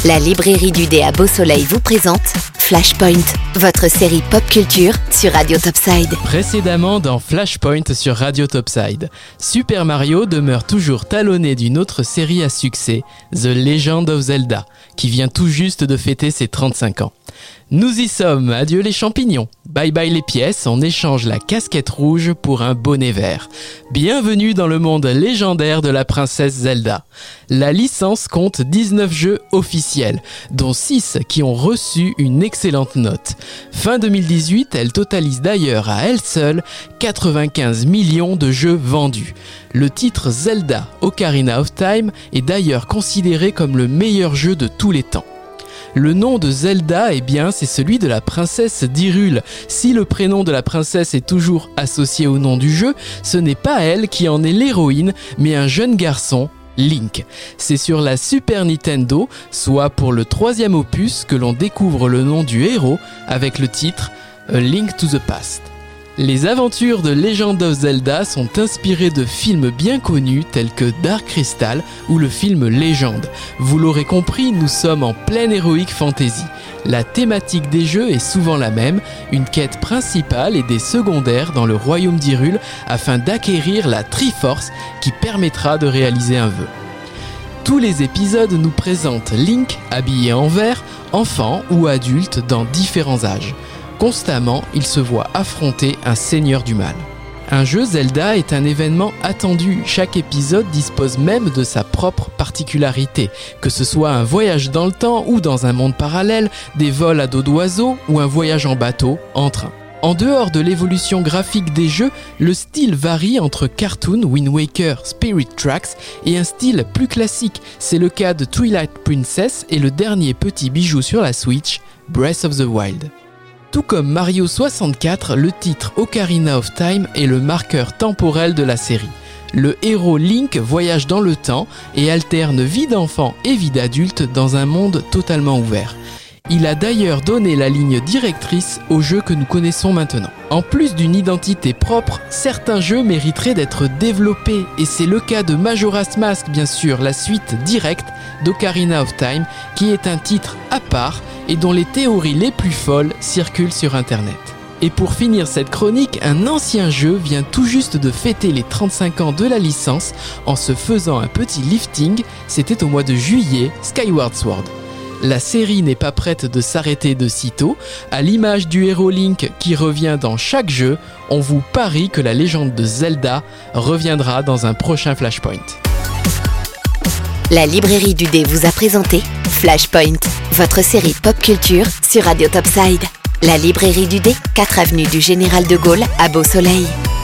La librairie du dé à Beau Soleil vous présente Flashpoint, votre série pop culture sur Radio Topside. Précédemment dans Flashpoint sur Radio Topside, Super Mario demeure toujours talonné d'une autre série à succès, The Legend of Zelda, qui vient tout juste de fêter ses 35 ans. Nous y sommes, adieu les champignons, bye bye les pièces, on échange la casquette rouge pour un bonnet vert. Bienvenue dans le monde légendaire de la princesse Zelda. La licence compte 19 jeux officiels, dont 6 qui ont reçu une excellente note. Fin 2018, elle totalise d'ailleurs à elle seule 95 millions de jeux vendus. Le titre Zelda Ocarina of Time est d'ailleurs considéré comme le meilleur jeu de tous les temps. Le nom de Zelda, c'est celui de la princesse d'Hyrule. Si le prénom de la princesse est toujours associé au nom du jeu, ce n'est pas elle qui en est l'héroïne, mais un jeune garçon, Link. C'est sur la Super Nintendo, soit pour le 3e opus, que l'on découvre le nom du héros avec le titre A Link to the Past. Les aventures de Legend of Zelda sont inspirées de films bien connus tels que Dark Crystal ou le film Légende. Vous l'aurez compris, nous sommes en pleine heroic fantasy. La thématique des jeux est souvent la même, une quête principale et des secondaires dans le royaume d'Hyrule afin d'acquérir la Triforce qui permettra de réaliser un vœu. Tous les épisodes nous présentent Link habillé en vert, enfant ou adulte dans différents âges. Constamment, il se voit affronter un seigneur du mal. Un jeu Zelda est un événement attendu. Chaque épisode dispose même de sa propre particularité, que ce soit un voyage dans le temps ou dans un monde parallèle, des vols à dos d'oiseau ou un voyage en bateau, en train. En dehors de l'évolution graphique des jeux, le style varie entre cartoon, Wind Waker, Spirit Tracks et un style plus classique. C'est le cas de Twilight Princess et le dernier petit bijou sur la Switch, Breath of the Wild. Tout comme Mario 64, le titre Ocarina of Time est le marqueur temporel de la série. Le héros Link voyage dans le temps et alterne vie d'enfant et vie d'adulte dans un monde totalement ouvert. Il a d'ailleurs donné la ligne directrice aux jeux que nous connaissons maintenant. En plus d'une identité propre, certains jeux mériteraient d'être développés et c'est le cas de Majora's Mask bien sûr, la suite directe d'Ocarina of Time qui est un titre à part et dont les théories les plus folles circulent sur internet. Et pour finir cette chronique, un ancien jeu vient tout juste de fêter les 35 ans de la licence en se faisant un petit lifting, c'était au mois de juillet, Skyward Sword. La série n'est pas prête de s'arrêter de sitôt. À l'image du héros Link qui revient dans chaque jeu, on vous parie que la légende de Zelda reviendra dans un prochain Flashpoint. La librairie du dé vous a présenté Flashpoint, votre série pop culture sur Radio Topside. La librairie du dé, 4 avenue du Général de Gaulle à Beau Soleil.